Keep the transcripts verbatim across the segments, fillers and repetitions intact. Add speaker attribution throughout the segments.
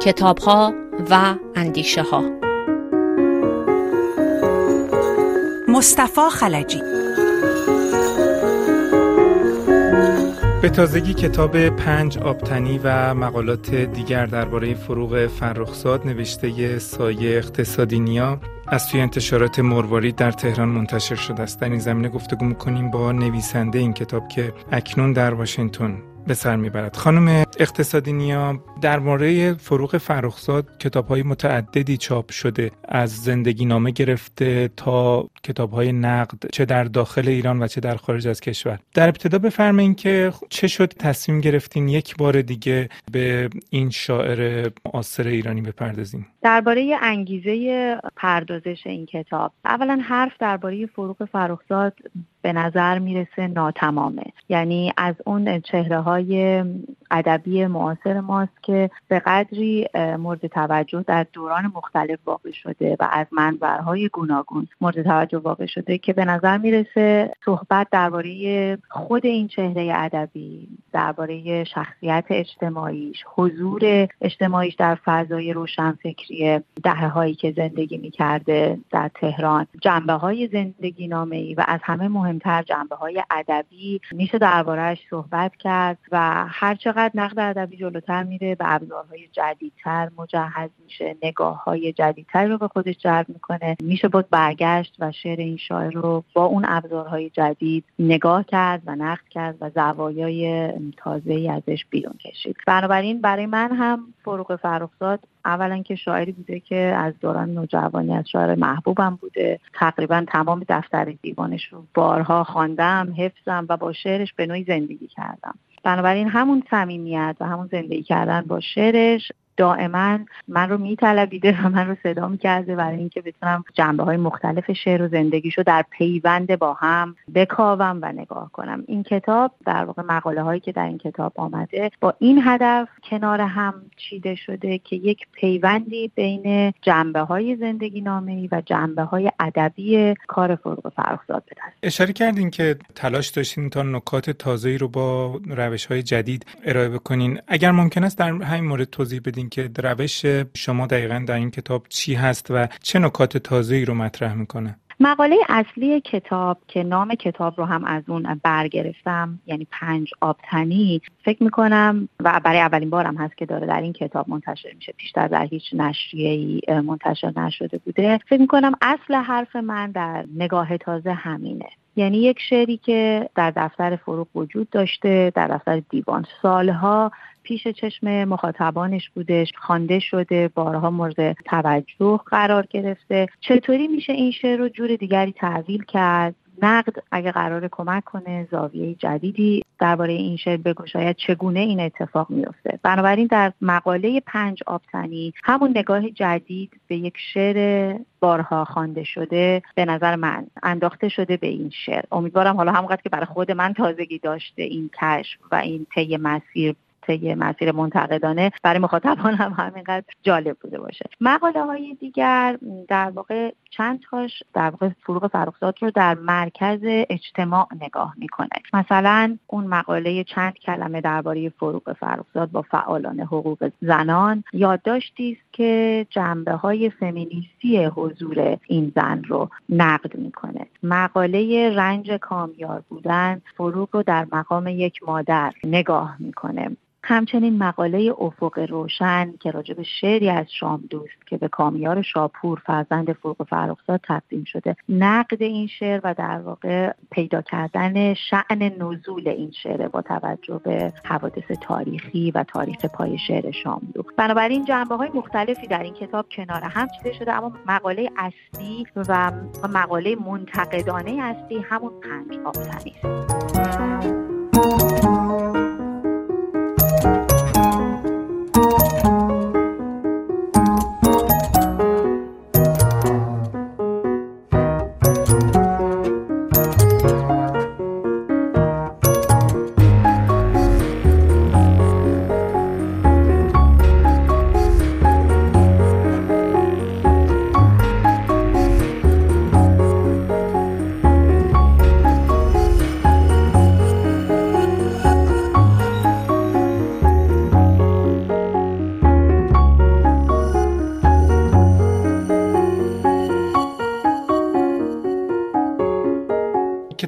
Speaker 1: کتاب‌ها و اندیشه‌ها.
Speaker 2: مصطفی خلجی.
Speaker 3: به تازگی کتاب پنج آبتنی و مقالات دیگر درباره فروغ فرخزاد نوشته سایه اقتصادی نیا از توی انتشارات مروارید در تهران منتشر شده است. در این زمینه گفتگو می‌کنیم با نویسنده این کتاب که اکنون در واشنگتن به سر میبرد. خانم اقتصادی نیا، در مورد فروغ فرخزاد کتاب‌های متعددی چاپ شده، از زندگی نامه گرفته تا کتاب‌های نقد، چه در داخل ایران و چه در خارج از کشور. در ابتدا بفرمایید که چه شد تصمیم گرفتین یک بار دیگه به این شاعر معاصر ایرانی بپردازین؟
Speaker 4: درباره انگیزه پردازش این کتاب، اولا حرف درباره فروغ فرخزاد به نظر میرسه ناتمامه. یعنی از اون چهره‌های ادبی معاصر ماست که به قدری مورد توجه در دوران مختلف واقع شده و از منبرهای گوناگون مورد توجه واقع شده که به نظر میرسه صحبت درباره خود این چهره ادبی، درباره شخصیت اجتماعیش، حضور اجتماعیش در فضای روشنفکری دهه‌هایی که زندگی می‌کرده در تهران، جنبه‌های زندگی نامه‌ای و از همه مهمتر جنبه‌های ادبی میشه درباره‌اش صحبت کرد و هر چقدر نقد ادبی جلوتر میره به ابزارهای جدیدتر مجهز میشه، نگاه‌های جدیدتر رو به خودش جلب میکنه، میشه بود برگشت و شعر این شاعر رو با اون ابزارهای جدید نگاه کرد و نقد کرد و زوایای تازه‌ای ازش بیرون کشید. بنابراین برای من هم فروغ فرخزاد اولا که شاعری بوده که از دوران نوجوانی از شاعر محبوبم بوده. تقریبا تمام دفتر دیوانش رو بارها خواندم، حفظم و با شعرش به نوعی زندگی کردم. بنابراین همون صمیمیت و همون زندگی کردن با شعرش دائما من رو میطلبیده و من رو صدا میکرده برای اینکه بتونم جنبه‌های مختلف شعر و زندگیشو در پیوند با هم بکاوم و نگاه کنم. این کتاب در واقع مقاله هایی که در این کتاب آمده با این هدف کنار هم چیده شده که یک پیوندی بین جنبه‌های زندگی نامه‌ای و جنبه‌های ادبی کار فروغ فرخزاد بده.
Speaker 3: اشاره کردین که تلاش داشتین تا نکات تازه‌ای رو با روش‌های جدید ارائه بکنین. اگر ممکن است در همین مورد توضیح بدین که روش شما دقیقاً در این کتاب چی هست و چه نکات تازه‌ای رو مطرح میکنه؟
Speaker 4: مقاله اصلی کتاب که نام کتاب رو هم از اون برگرفتم، یعنی پنج آبتنی، فکر میکنم و برای اولین بارم هست که داره در این کتاب منتشر میشه، پیشتر در هیچ نشریه‌ای منتشر نشده بوده. فکر میکنم اصل حرف من در نگاه تازه همینه. یعنی یک شعری که در دفتر فروغ وجود داشته، در دفتر دیوان سالها پیش چشم مخاطبانش بودش، خوانده شده، بارها مورد توجه قرار گرفته. چطوری میشه این شعر رو جور دیگری تحویل کرد؟ نقد اگه قراره کمک کنه زاویه جدیدی درباره این شعر بگشاید، چگونه این اتفاق میفته؟ بنابراین در مقاله پنج آبتنی همون نگاه جدید به یک شعر بارها خوانده شده به نظر من انداخته شده به این شعر. امیدوارم حالا همونقدر که برای خود من تازگی داشته این کشف و این طی مسیر یه مسیر منتقدانه، برای مخاطبان هم همینقدر جالب بوده باشه. مقاله های دیگر در واقع چند تاش در واقع فروغ فرخزاد رو در مرکز اجتماع نگاه میکنه. مثلا اون مقاله چند کلمه درباره فروغ فرخزاد با فعالان حقوق زنان یادداشتی است که جنبه های فمینیستی حضور این زن رو نقد میکنه. مقاله رنج کامیار بودن فروغ رو در مقام یک مادر نگاه میکنه. همچنین مقاله افق روشن که راجع به شعری از شام دوست که به کامیار شاپور فرزند فروغ فرخزاد تقدیم شده نقد این شعر و در واقع پیدا کردن شأن نزول این شعر با توجه به حوادث تاریخی و تاریخ پای شعر شام دوست. بنابراین جنبه‌های مختلفی در این کتاب کنار هم چیده شده، اما مقاله اصلی و مقاله منتقدانه اصلی همون پنج آبتنی است.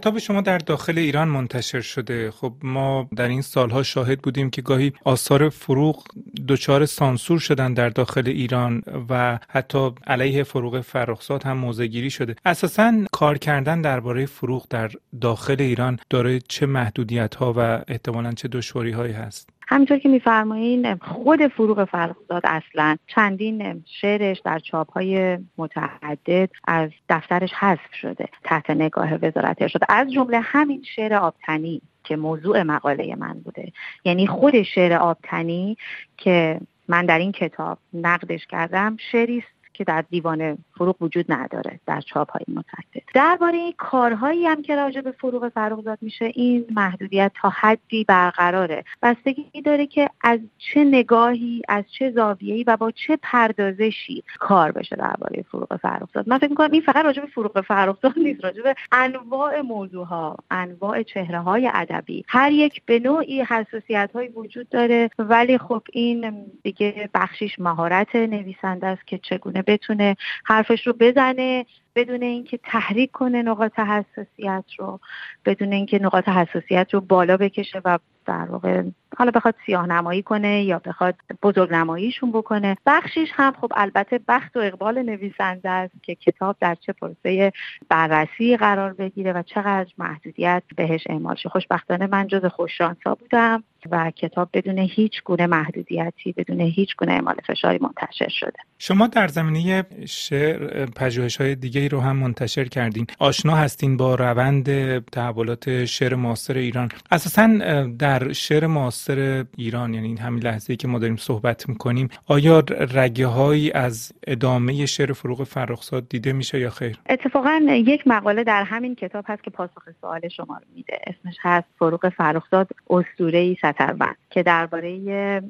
Speaker 3: کتاب شما در داخل ایران منتشر شده. خب ما در این سالها شاهد بودیم که گاهی آثار فروغ دچار سانسور شدن در داخل ایران و حتی علیه فروغ فرخزاد هم موضع‌گیری شده. اساساً کار کردن درباره فروغ در داخل ایران دارای چه محدودیت‌ها و احتمالاً چه دشواری‌هایی هست؟
Speaker 4: همینطور که می‌فرمایین خود فروغ فرخزاد اصلا چندین شعرش در چاپ‌های متعدد از دفترش حذف شده، تحت نگاه وزارت ارشاد، از جمله همین شعر آبتنی که موضوع مقاله من بوده. یعنی خود شعر آبتنی که من در این کتاب نقدش کردم شعری است که در دیوان فروغ وجود نداره در چاپ‌های متعدد. درباره این کارهایی هم که راجع به فروغ فرخزاد میشه، این محدودیت تا حدی برقراره. بستگی داره که از چه نگاهی، از چه زاویه‌ای و با چه پردازشی کار بشه درباره فروغ فرخزاد. من فکر می‌کنم این فقط راجع به فروغ فرخزاد نیست، راجع به انواع موضوعها، انواع چهره‌های ادبی، هر یک به نوعی حساسیت‌های وجود داره. ولی خب این دیگه بخشیش مهارت نویسنده است که چگونه بتونه حرفش رو بزنه بدون اینکه تحریک کنه نقاط حساسیت رو، بدون اینکه نقاط حساسیت رو بالا بکشه و در واقع حالا بخواد سیاه نمایی کنه یا بخواد بزرگ نماییشون بکنه. بخشیش هم خب البته بخت و اقبال نویسنده است که کتاب در چه پروسه بررسی قرار بگیره و چقدر محدودیت بهش اعمال شه. خوشبختانه من جز خوششانسا بودم و کتاب بدون هیچ گونه محدودیتی، بدون هیچ گونه اعمال فشاری منتشر شده.
Speaker 3: شما در زمینه شعر پژوهش‌های دیگه‌ای رو هم منتشر کردین. آشنا هستین با روند تحولات شعر معاصر ایران. اساساً در شعر معاصر ایران، یعنی این همین لحظه‌ای که ما داریم صحبت می‌کنیم، آیا رگه‌هایی از ادامه شعر فروغ فرخزاد دیده میشه یا خیر؟
Speaker 4: اتفاقاً یک مقاله در همین کتاب هست که پاسخ سوال شما رو میده. اسمش هست فروغ فرخزاد اسطوره‌ای سترون، که درباره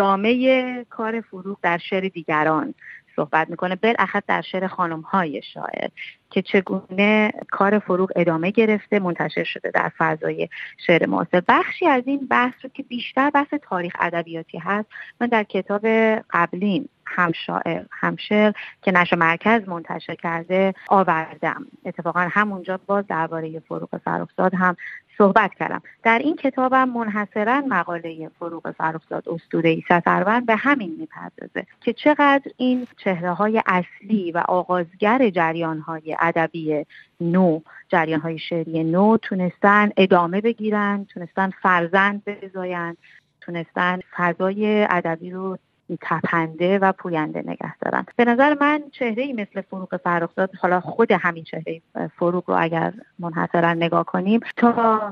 Speaker 4: ادامه کار فروغ در شعر دیگران صحبت میکنه، بالاخص در شعر خانم‌های شاعر که چگونه کار فروغ ادامه گرفته، منتشر شده در فضای شعر معاصر. بخشی از این بحث رو که بیشتر بحث تاریخ ادبیاتی هست، من در کتاب قبلیم هم شاعر هم شعر که نشر مرکز منتشر کرده آوردم. اتفاقا همونجا باز درباره فروغ فرخزاد هم صحبت کردم. در این کتابم منحصرا مقاله فروغ فرخزاد اسطوره‌ای سترون به همین میپردازه که چقدر این چهره‌های اصلی و آغازگر جریان‌های ادبی نو، جریان‌های شعری نو تونستن ادامه بگیرن، تونستن فرزند بزاین، تونستن فضای ادبی رو تپنده و پوینده نگه دارن. به نظر من چهره‌ای مثل فروغ فرخزاد، حالا خود همین چهره فروغ رو اگر منحصرا نگاه کنیم، تا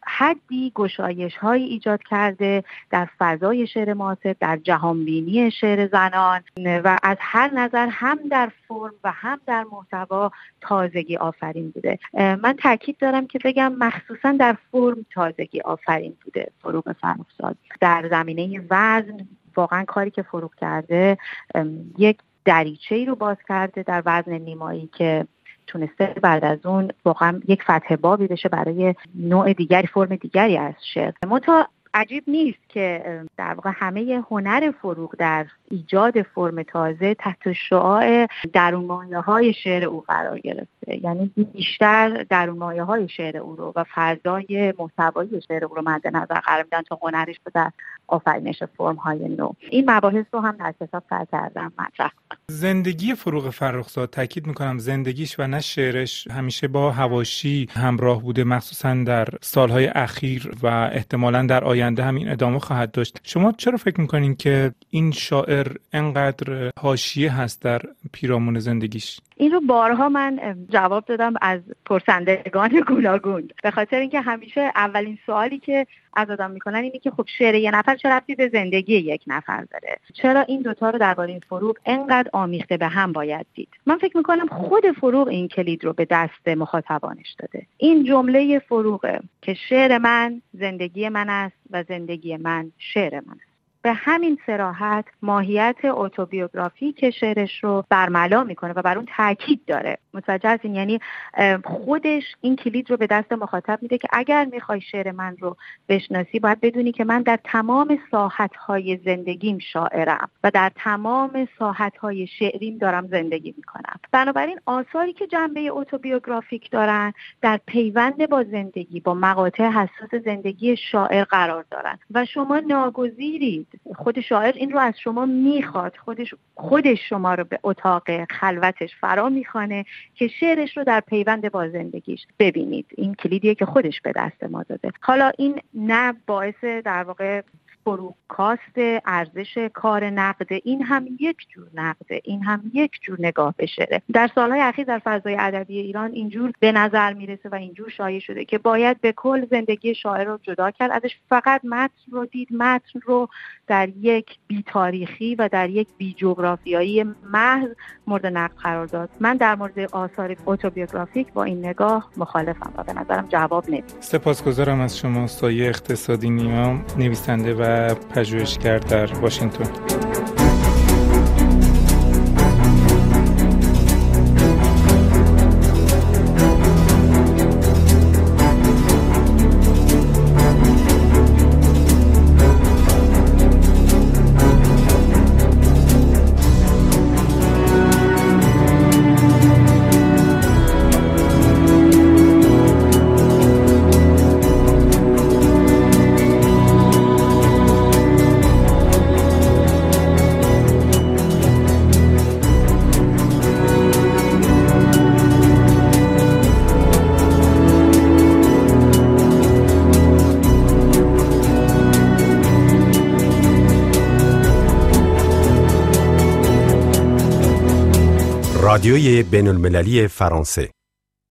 Speaker 4: حدی گشایش‌هایی ایجاد کرده در فضای شعر معاصر، در جهانبینی شعر زنان و از هر نظر هم در فرم و هم در محتوا تازگی آفرین بوده. من تاکید دارم که بگم مخصوصا در فرم تازگی آفرین بوده فروغ فرخزاد. در زمینه وزن واقعا کاری که فروغ کرده یک دریچه‌ای رو باز کرده در وزن نیمایی که تونسته بعد از اون واقعا یک فتح بابی بشه برای نوع دیگری، فرم دیگری از شعر. منتها عجیب نیست که در واقع همه هنر فروغ در ایجاد فرم تازه تحت شعاع درون مایه‌های شعر او قرار گرفته. یعنی بیشتر درون مایه‌های شعر او رو و فضای محتوایی شعر او رو مد نظر قرار میدن تا هنرش رو در آفرینش فرم‌های نو. این مباحث رو هم در کتاب سعی کردم مطرح کنم.
Speaker 3: زندگی فروغ فرخزاد، تاکید میکنم زندگیش و نه شعرش، همیشه با حواشی همراه بوده، مخصوصا در سالهای اخیر و احتمالاً در آینده هم این ادامه خواهد داشت. شما چرا فکر میکنین که این شاعر انقدر حاشیه هست در پیرامون زندگیش؟
Speaker 4: این رو بارها من جواب دادم از پرسندگان گوناگون، به خاطر اینکه همیشه اولین سوالی که از آدم میکنن اینه که خب شعر یه نفر چه ربطی به زندگی یک نفر داره؟ چرا این دوتا رو درباره این فروغ انقدر آمیخته به هم باید دید؟ من فکر میکنم خود فروغ این کلید رو به دست مخاطبانش داده. این جمله فروغه که شعر من زندگی من است و زندگی من شعر من است. به همین صراحت ماهیت اتوبیوگرافی که شعرش رو برملا میکنه و بر اون تاکید داره. متوجه هستین؟ یعنی خودش این کلید رو به دست مخاطب میده که اگر میخوای شعر من رو بشناسی باید بدونی که من در تمام ساحت‌های زندگیم شاعرم و در تمام ساحت‌های شعریم دارم زندگی میکنم. بنابراین آثاری که جنبه اتوبیوگرافیک دارن در پیوند با زندگی، با مقاطع حساس زندگی شاعر قرار دارن و شما ناگزیرید. خود شاعر این رو از شما میخواد، خودش خودش شما رو به اتاق خلوتش فرا میخوانه که شعرش رو در پیوند با زندگیش ببینید. این کلیدیه که خودش به دست ما داده. حالا این نه باعث در واقع فروکاست ارزش کار نقده، این هم یک جور نقده، این هم یک جور نگاه به شعره. در سالهای اخیر در فضای ادبی ایران اینجور به نظر میرسه و اینجور شایع شده که باید به کل زندگی شاعر رو جدا کرد، ازش فقط متن رو دید، متن رو در یک بی تاریخی و در یک بی جغرافیایی محض مورد نقد قرار داد. من در مورد آثار اتوبیوگرافیک با این نگاه مخالفم و به نظرم جواب نمیده.
Speaker 3: سپاسگزارم از شما سایه اقتصادی نیا، نویسنده و پژوهشگر در واشنگتن.
Speaker 5: رادیوی بین‌المللی فرانسه